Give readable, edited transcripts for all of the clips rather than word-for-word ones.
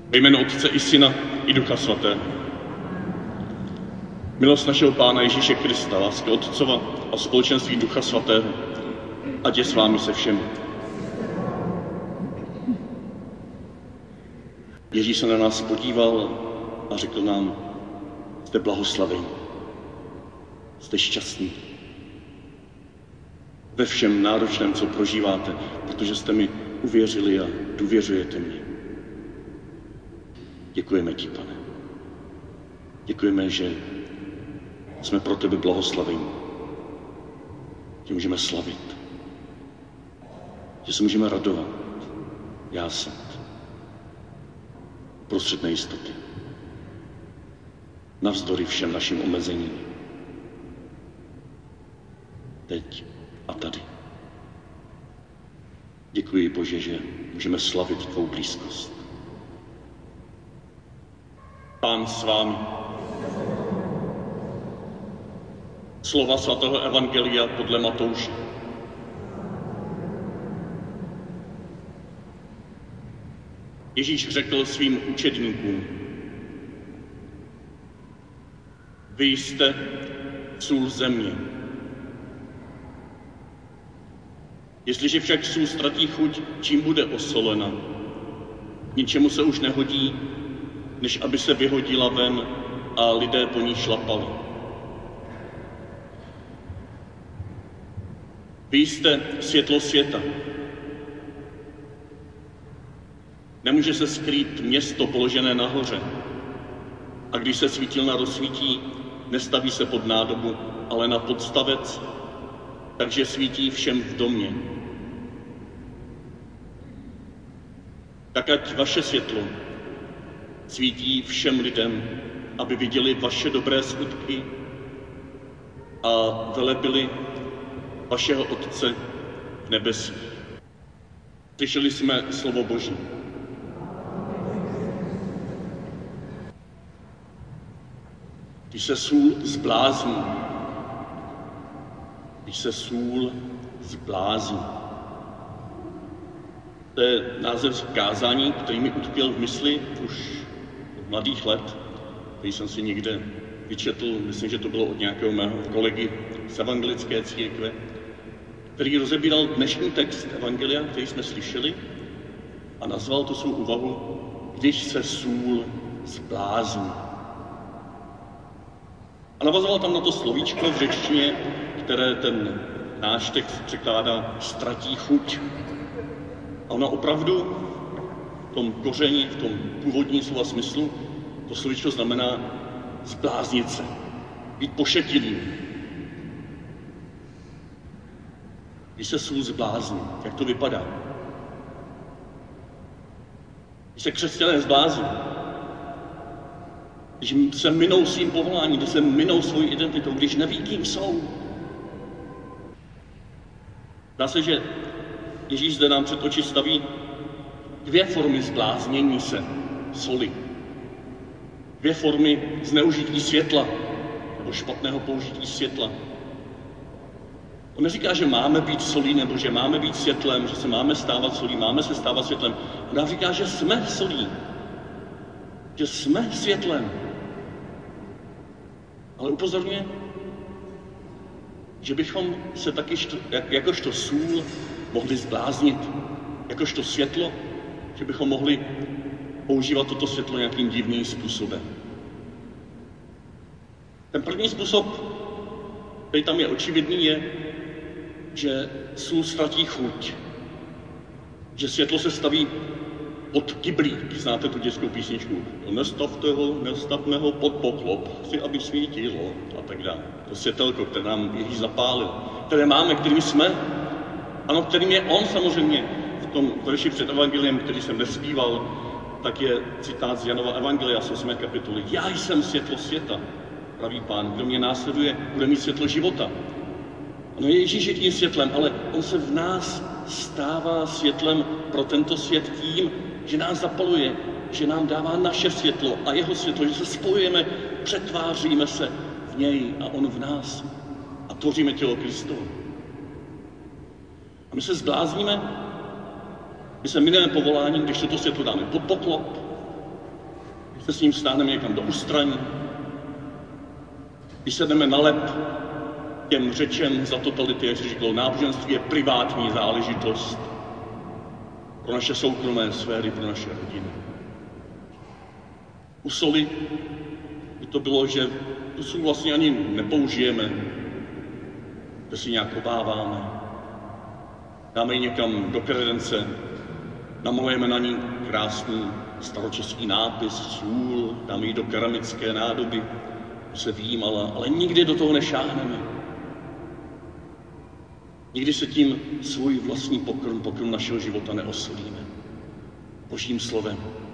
Ve jménu Otce i Syna i Ducha Svatého. Milost našeho Pána Ježíše Krista, láska Otcova a společenství Ducha Svatého, ať je s vámi se všemi. Ježíš se na nás podíval a řekl nám, jste blahoslavení, jste šťastní. Ve všem náročném, co prožíváte, protože jste mi uvěřili a důvěřujete mě. Děkujeme ti, Pane. Děkujeme, že jsme pro tebe blahoslavení. Že můžeme slavit. Že se můžeme radovat, jásat. Prostřed nejistoty. Navzdory všem našim omezením. Teď a tady. Děkuji, Bože, že můžeme slavit tvou blízkost. Pán s vámi. Slova svatého evangelia podle Matouše. Ježíš řekl svým učedníkům: Vy jste sůl země. Jestliže však sůl ztratí chuť, čím bude osolena? Ničemu se už nehodí, než aby se vyhodila ven a lidé po ní šlapali. Vy jste světlo světa. Nemůže se skrýt město položené nahoře. A když se svítilna rozsvítí, nestaví se pod nádobu, ale na podstavec, takže svítí všem v domě. Tak ať vaše světlo svítí všem lidem, aby viděli vaše dobré skutky a velebili vašeho Otce v nebesích. Slyšeli jsme slovo Boží. Když se sůl zblázní, to je název kázání, který mi utkvěl v mysli už od mladých let, který jsem si někde vyčetl, myslím, že to bylo od nějakého mého kolegy z evangelické církve, který rozebíral dnešní text evangelia, který jsme slyšeli, a nazval to svou úvahu, když se sůl zblázní. A navazoval tam na to slovíčko v řečtině, které ten náš text překládá ztratí chuť. A ona opravdu v tom kořeni, v tom původním slova smyslu, to slovíčko znamená zbláznit se, být pošetilým. Když se sůl zblázní, jak to vypadá? Když se křesťané zblázní, když se minou svým povoláním, když se minou svojí identitou, když neví, kým jsou. Dá se, že Ježíš zde nám před oči staví dvě formy zbláznění se soli. Dvě formy zneužití světla, nebo špatného použití světla. On neříká, že máme být solí, nebo že máme být světlem, že se máme stávat solí, máme se stávat světlem. On nám říká, že jsme solí, že jsme světlem. Ale upozorňuje, že bychom se taky jakožto sůl mohli zbláznit, jakožto světlo, že bychom mohli používat toto světlo nějakým divným způsobem. Ten první způsob, který tam je očividný, je, že sůl ztratí chuť, že světlo se staví pod kyblík. Znáte tu dětskou písničku? Nestavme ho pod poklop, chci, aby svítilo a tak dále. To světelko, které nám Ježíš zapálil, které máme, kterým jsme, ano, kterým je on samozřejmě. V tom verši před evangeliem, který jsem nespíval, tak je citát z Janova evangelia z 8. kapitoly. Já jsem světlo světa, praví Pán, kdo mě následuje, bude mít světlo života. Ano, Ježíš je tím světlem, ale on se v nás stává světlem pro tento svět tím, že nás zapaluje, že nám dává naše světlo a jeho světlo, že se spojujeme, přetváříme se v něj a on v nás a tvoříme tělo Kristovo. A my se zblázníme, my se mineme povoláním, když toto světlo dáme pod poklop, když se s ním stáhneme někam do ústraní, když sedneme na lep těm řečem za totality, jak se říkalo, náboženství je privátní záležitost pro naše soukromé sféry, pro naše rodiny. U soli by to bylo, že tu sůl vlastně ani nepoužijeme, že si nějak obáváme. Dáme ji někam do kredence, namalujeme na ní krásný staročeský nápis sůl, dáme ji do keramické nádoby, se výjímala, ale nikdy do toho nešáhneme. Nikdy se tím svůj vlastní pokrm našeho života neosolíme. Božím slovem,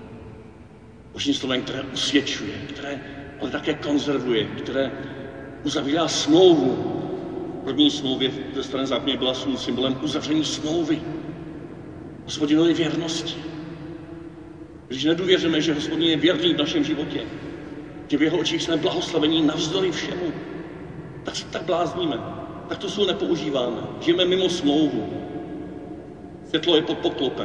které usvědčuje, které ale také konzervuje, které uzavírá smlouvu. V první smlouvě ze Starém zákoně byla sůl symbolem uzavření smlouvy, Hospodinovy věrnosti. Když nedůvěříme, že Hospodin je věrný v našem životě, že v jeho očích jsme blahoslavení navzdory všemu, tak se tak blázníme, tak to sůl nepoužíváme. Žijeme mimo smlouvu. Světlo je pod poklopem.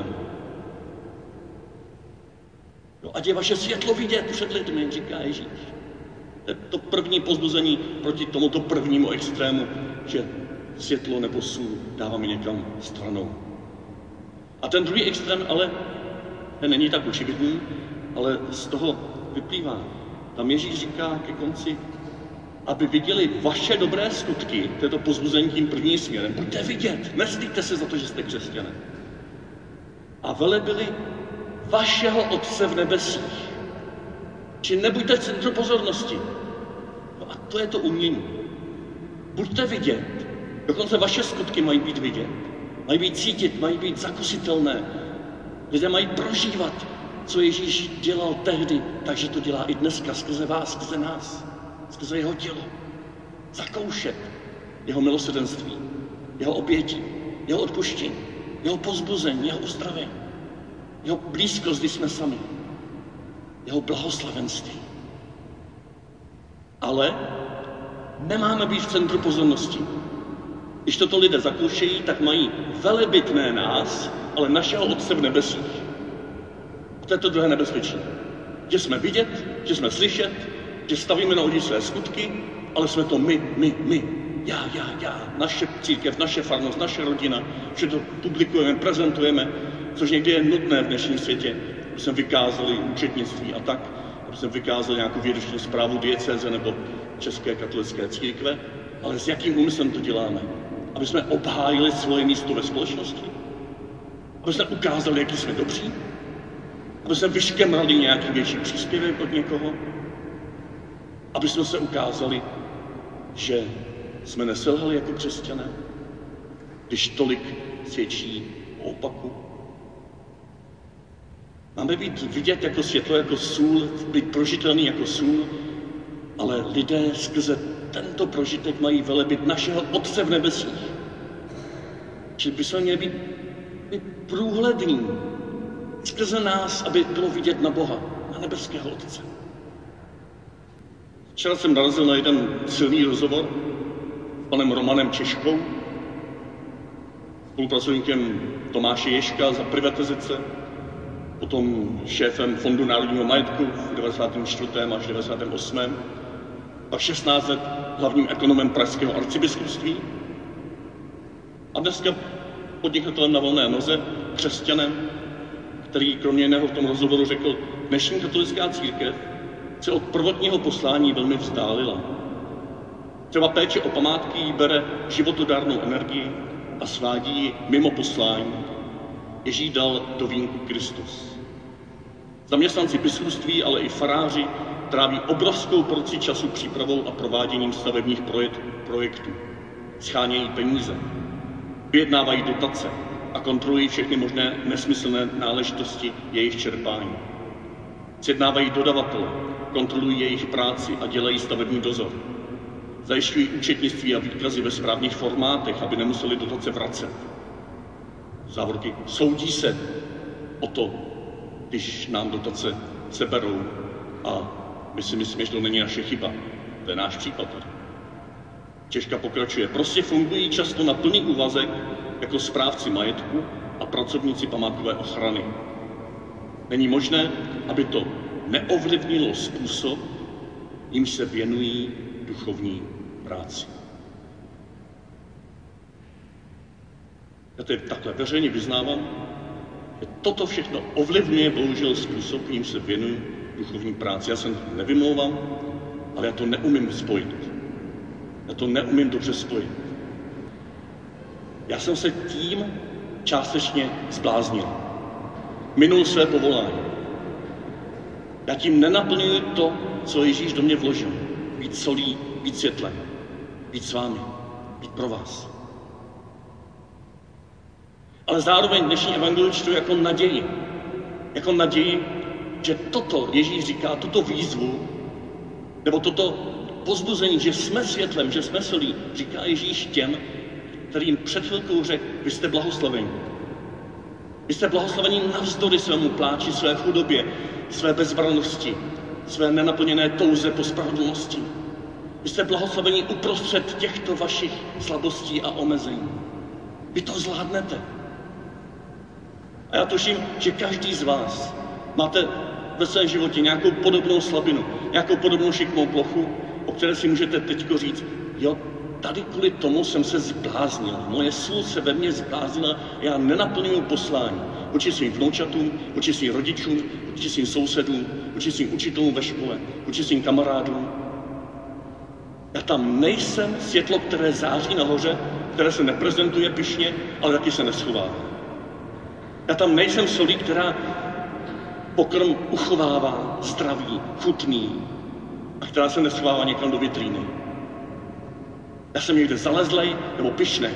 No, ať je vaše světlo vidět před lidmi, říká Ježíš. To je to první povzbuzení proti tomuto prvnímu extrému, že světlo nebo sůl dáváme někam stranou. A ten druhý extrém ale není tak očividný, ale z toho vyplývá. Tam Ježíš říká ke konci, aby viděli vaše dobré skutky, to je to povzbuzení tím prvním směrem. Buďte vidět, nestýďte se za to, že jste křesťané. A velebili vašeho Otce v nebesích. Či nebuďte v centru pozornosti. No a to je to umění. Buďte vidět. Dokonce vaše skutky mají být vidět. Mají být cítit, mají být zakusitelné. Lidé mají prožívat, co Ježíš dělal tehdy, takže to dělá i dneska, skrze vás, skrze nás, skrze jeho tělo. Zakoušet jeho milosrdenství, jeho oběti, jeho odpuštění, jeho povzbuzení, jeho uzdravení, jeho blízkost, když jsme sami, jeho blahoslavenství. Ale nemáme být v centru pozornosti. Když toto lidé zakoušejí, tak mají velebit ne nás, ale našeho Otce v nebesích. To je to druhé nebezpečí. Že jsme vidět, že jsme slyšet, že stavíme na odi své skutky, ale jsme to my. Já, naše církev, naše farnost, naše rodina, že to publikujeme, prezentujeme, což někdy je nutné v dnešním světě, aby jsme vykázali účetnictví a tak, aby jsme vykázali nějakou výroční zprávu diecéze nebo České katolické církve, ale s jakým úmyslem to děláme? Aby jsme obhájili svoje místo ve společnosti? Aby jsme ukázali, jaký jsme dobří? Aby jsme vyškemrali nějaký větší příspěvek od někoho? Aby jsme se ukázali, že jsme neselhali jako křesťané, když tolik svědčí o opaku? Máme být vidět jako světlo, jako sůl, být prožitelný jako sůl, ale lidé skrze tento prožitek mají velebit našeho Otce v nebesích. Čili bychom měli být průhlední skrze nás, aby bylo vidět na Boha, na nebeského Otce. Včera jsem narazil na jeden silný rozhovor s panem Romanem Češkou, spolupracovníkem Tomáše Ježka za privatizace, potom šéfem Fondu národního majetku v 94. až 98. Pak 16 let hlavním ekonomem pražského arcibiskupství a dneska podnikatelem na volné noze, křesťanem, který kromě jiného v tom rozhovoru řekl, dnešní katolická církev se od prvotního poslání velmi vzdálila. Třeba péče o památky jí bere životodárnou energii a svádí ji mimo poslání. Ježíš dal do vínku Kristus. Zaměstnanci biskupství, ale i faráři tráví obrovskou porci času přípravou a prováděním stavebních projektů. Schánějí peníze, vyjednávají dotace a kontrolují všechny možné nesmyslné náležitosti jejich čerpání. Sjednávají dodavatele, kontrolují jejich práci a dělají stavební dozor. Zajišťují účetnictví a výkazy ve správných formátech, aby nemuseli dotace vracet. Závorky soudí se o to, když nám dotace seberou a my si myslíme, že to není naše chyba. To je náš případ. Češka pokračuje. Prostě fungují často na plný úvazek jako správci majetku a pracovníci památkové ochrany. Není možné, aby to neovlivnilo způsob, jimž se věnují duchovní práci. Já tedy takhle veřejně vyznávám, že toto všechno ovlivňuje bohužel způsob, jim se věnují duchovní práci. Já se nevymlouvám, ale já to neumím spojit. Já to neumím dobře spojit. Já jsem se tím částečně zbláznil. Minul své povolání. Já tím nenaplňuji to, co Ježíš do mě vložil. Být solí, být světlem, být s vámi, být pro vás. Ale zároveň dnešní evangelium čtu jako naději. Jako naději, že toto Ježíš říká, tuto výzvu, nebo toto pozbuzení, že jsme světlem, že jsme solí, říká Ježíš těm, kterým před chvilkou řekl, vy jste blahoslavení. Vy jste blahoslavení navzdory svému pláči, své chudobě, své bezbrannosti, své nenaplněné touze po spravedlnosti. Vy jste blahoslavení uprostřed těchto vašich slabostí a omezení. Vy to zvládnete. A já tuším, že každý z vás máte ve svém životě nějakou podobnou slabinu, nějakou podobnou šikmou plochu, o které si můžete teďko říct, jo, tady kvůli tomu jsem se zbláznil. Moje sůl se ve mně zbláznila, já nenaplňuji poslání. Vůči svým vnoučatům, vůči svým rodičům, vůči svým sousedům, vůči svým učitelům ve škole, vůči svým kamarádům. Já tam nejsem světlo, které září nahoře, které se neprezentuje pyšně, ale taky se neschovává. Já tam nejsem solí, která pokrm uchovává zdravý, chutný a která se neschovává někam do vitríny. Já jsem někde zalezlej nebo pyšnej.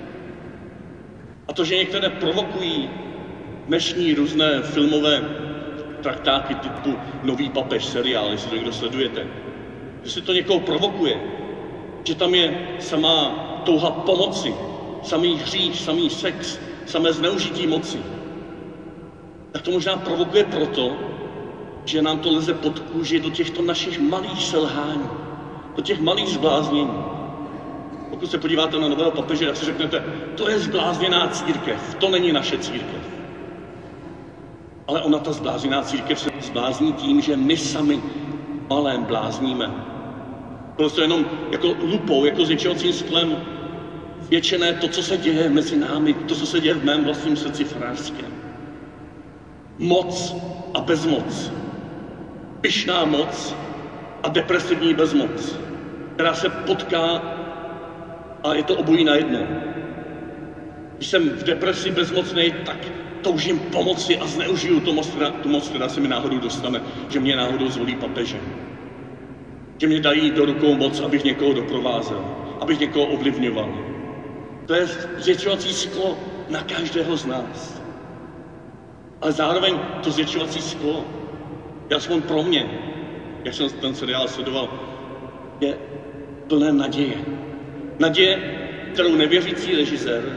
A to, že některé provokují dnešní různé filmové traktáky typu Nový papež seriál, jestli to někdo sledujete, že si to někoho provokuje, že tam je samá touha pomoci, samý hřích, samý sex, samé zneužití moci. Tak to možná provokuje proto, že nám to leze pod kůži do těchto našich malých selhání, do těch malých zbláznění. Pokud se podíváte na nového papeže, tak si řeknete, to je zblázněná církev, to není naše církev. Ale ona, ta zblázněná církev, se zblázní tím, že my sami malém blázníme. Prostě jenom jako lupou, jako zvětšovacím sklem zvětšené to, co se děje mezi námi, to, co se děje v mém vlastním srdci farářském. Moc a bezmoc. Pyšná moc a depresivní bezmoc, která se potká a je to obojí najednou. Když jsem v depresi bezmocnej, tak toužím pomoci a zneužiju tu moc, která se mi náhodou dostane, že mě náhodou zvolí papeže. Že mě dají do rukou moc, abych někoho doprovázel, abych někoho ovlivňoval. To je zvětšovací sklo na každého z nás. Ale zároveň to zvětšovací sklo, aspoň pro mě, jak jsem ten seriál sledoval, je plné naděje. Naděje, kterou nevěřící režisér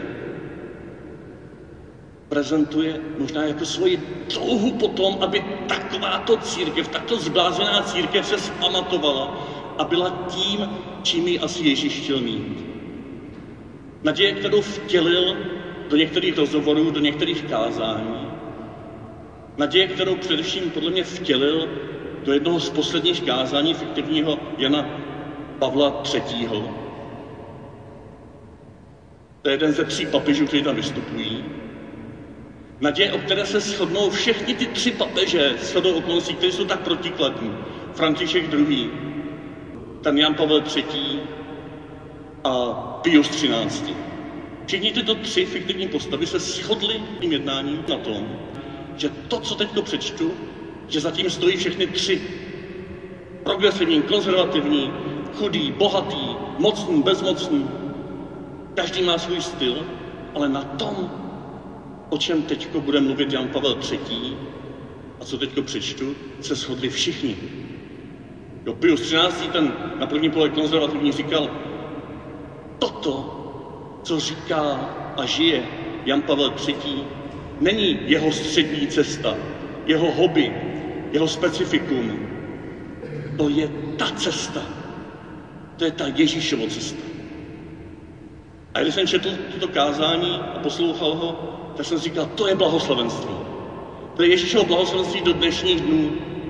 prezentuje možná jako svoji touhu potom, aby takováto církev, takto zblázená církev se zpamatovala a byla tím, čím ji asi Ježíš chtěl mít. Naděje, kterou vtělil do některých rozhovorů, do některých kázání. Naděje, kterou především podle mě vtělil do jednoho z posledních kázání fiktivního Jana Pavla III. To je jeden ze 3 papežů, kteří tam vystupují. Naděje, o které se shodnou všechny ty 3 papeže shodou okolností, kteří jsou tak protikladní. František II., ten Jan Pavel III. A Pius XIII. Všichni tyto 3 fiktivní postavy se shodly tím jednáním na tom, že to, co teďko přečtu, že zatím stojí všechny 3. Progresivní, konzervativní, chudý, bohatý, mocný, bezmocný. Každý má svůj styl, ale na tom, o čem teďko bude mluvit Jan Pavel III. A co teďko přečtu, se shodli všichni. Jo, Pius XIII. Ten na první pohled konzervativní říkal, toto, co říká a žije Jan Pavel III., není jeho střední cesta, jeho hobby, jeho specifikum. To je ta cesta. To je ta Ježíšova cesta. A když jsem četl toto kázání a poslouchal ho, tak jsem říkal, to je blahoslavenství. To je Ježíšovo blahoslavenství do dnešních dnů.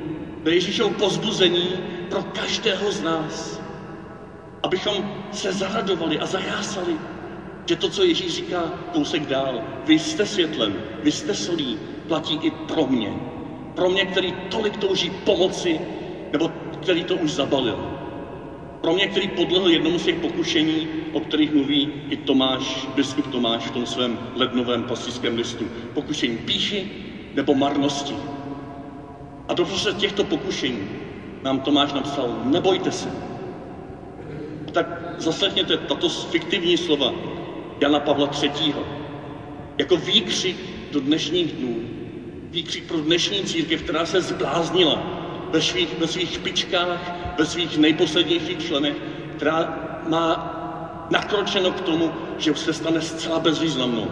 To je Ježíšovo povzbuzení pro každého z nás. Abychom se zaradovali a zajásali, že to, co Ježíš říká kousek dál, vy jste světlem, vy jste solí, platí i pro mě. Pro mě, který tolik touží pomoci, nebo který to už zabalil. Pro mě, který podlehl jednomu z těch pokušení, o kterých mluví i biskup Tomáš v tom svém lednovém pastýřském listu. Pokušení pýchy nebo marnosti. A doprostřed těchto pokušení nám Tomáš napsal, nebojte se. Tak zaslechněte tato fiktivní slova Jana Pavla III. Jako výkřik do dnešních dnů, výkřik pro dnešní církev, která se zbláznila ve svých špičkách, ve svých nejposlednějších členech, která má nakročeno k tomu, že už se stane zcela bezvýznamnou.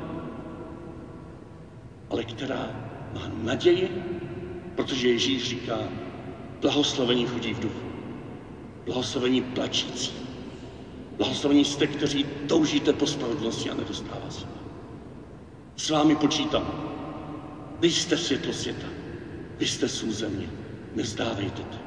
Ale která má naději, protože Ježíš říká, blahoslavení chudí v duchu, blahoslavení plačící, blahoslavení jste, kteří toužíte po spravedlnosti a nedostává se. S vámi počítám. Vy jste světlo světa, vy jste sůl země, nevzdávejte to.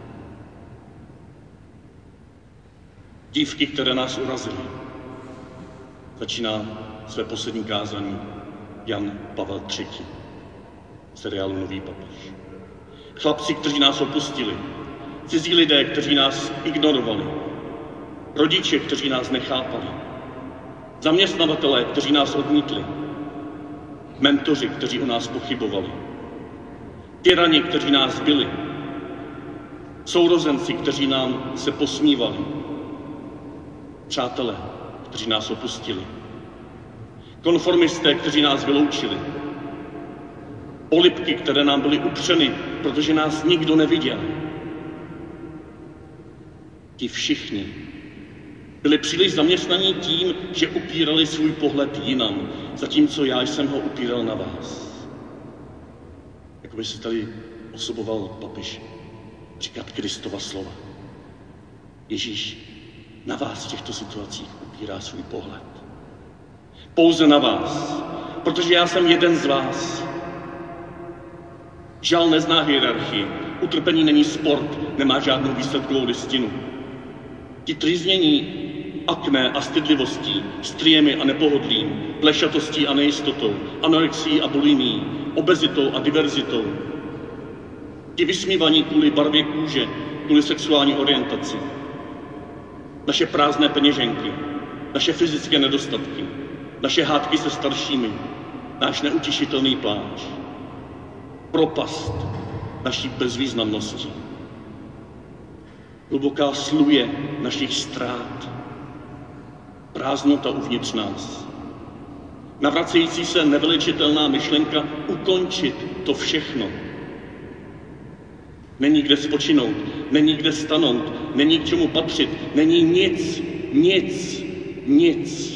Dívky, které nás urazily, začíná své poslední kázání Jan Pavel III. Seriálu Nový papež. Chlapci, kteří nás opustili, cizí lidé, kteří nás ignorovali, rodiče, kteří nás nechápali, zaměstnavatelé, kteří nás odmítli, mentoři, kteří o nás pochybovali, tyrani, kteří nás bili, sourozenci, kteří nám se posmívali, přátelé, kteří nás opustili, konformisté, kteří nás vyloučili, polibky, které nám byly upřeny, protože nás nikdo neviděl. Ti všichni byli příliš zaměstnaní tím, že upírali svůj pohled jinam, zatímco já jsem ho upíral na vás. Jakoby se tady osoboval papež říkat Kristova slova. Ježíš na vás v těchto situacích upírá svůj pohled. Pouze na vás, protože já jsem jeden z vás. Žal nezná hierarchii, utrpení není sport, nemá žádnou výsledkovou listinu. Ti trýznění akné a stydlivostí, stryjemi a nepohodlím, plešatostí a nejistotou, anorexií a bulimií, obezitou a diverzitou. Ti vysmívaní kvůli barvě kůže, kvůli sexuální orientaci. Naše prázdné peněženky, naše fyzické nedostatky, naše hádky se staršími, náš neutěšitelný pláč. Propast naší bezvýznamnosti. Hluboká sluje našich ztrát. Prázdnota uvnitř nás. Navracející se nevylečitelná myšlenka ukončit to všechno. Není kde spočinout, není kde stanout, není k čemu patřit, není nic.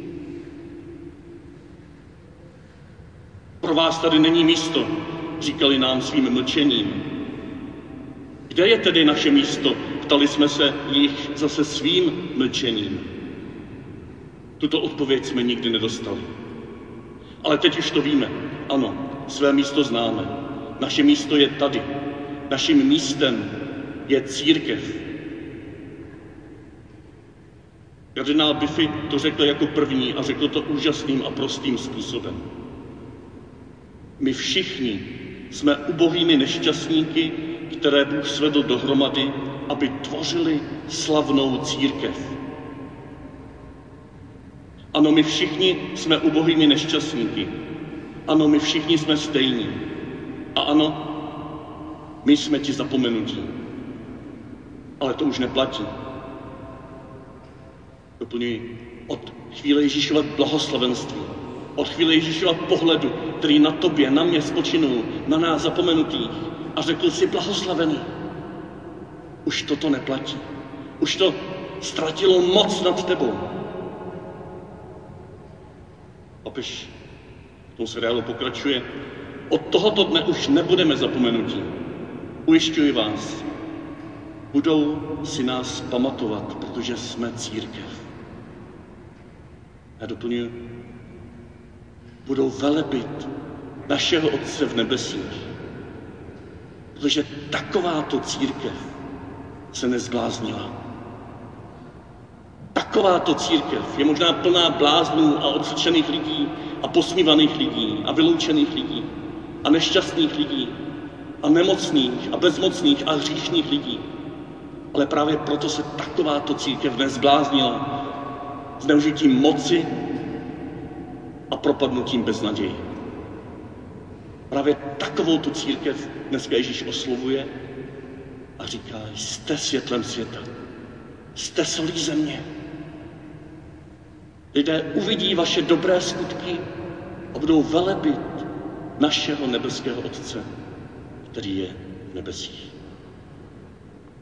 Pro vás tady není místo, říkali nám svým mlčením. Kde je tedy naše místo? Ptali jsme se jich zase svým mlčením. Tuto odpověď jsme nikdy nedostali. Ale teď už to víme. Ano, své místo známe. Naše místo je tady. Naším místem je církev. Kardinál Biffy to řekl jako první a řekl to úžasným a prostým způsobem. My všichni jsme ubohými nešťastníky, které Bůh svedl dohromady, aby tvořili slavnou církev. Ano, my všichni jsme ubohými nešťastníky. Ano, my všichni jsme stejní. A ano, my jsme ti zapomenutí. Ale to už neplatí. Doplňuji, od chvíle Ježíšova blahoslavenství, od chvíle Ježíšova pohledu, který na tobě, na mě spočinul, na nás zapomenutých a řekl si blahoslavený. Už toto neplatí. Už to ztratilo moc nad tebou. Papež v tom seriálu pokračuje. Od tohoto dne už nebudeme zapomenutí. Ujišťuji vás, budou si nás pamatovat, protože jsme církev. Já doplňuji, budou velebit našeho Otce v nebesích. Protože takováto církev se nezbláznila. Takováto církev je možná plná bláznů a odsečených lidí a posmívaných lidí a vyloučených lidí a nešťastných lidí a nemocných a bezmocných a hříšných lidí. Ale právě proto se takováto církev nezbláznila zneužitím moci a propadnutím beznaději. Právě takovou tu církev dneska Ježíš oslovuje a říká, jste světlem světa, jste solí země. Lidé uvidí vaše dobré skutky a budou velebit našeho nebeského Otce, který je v nebesích.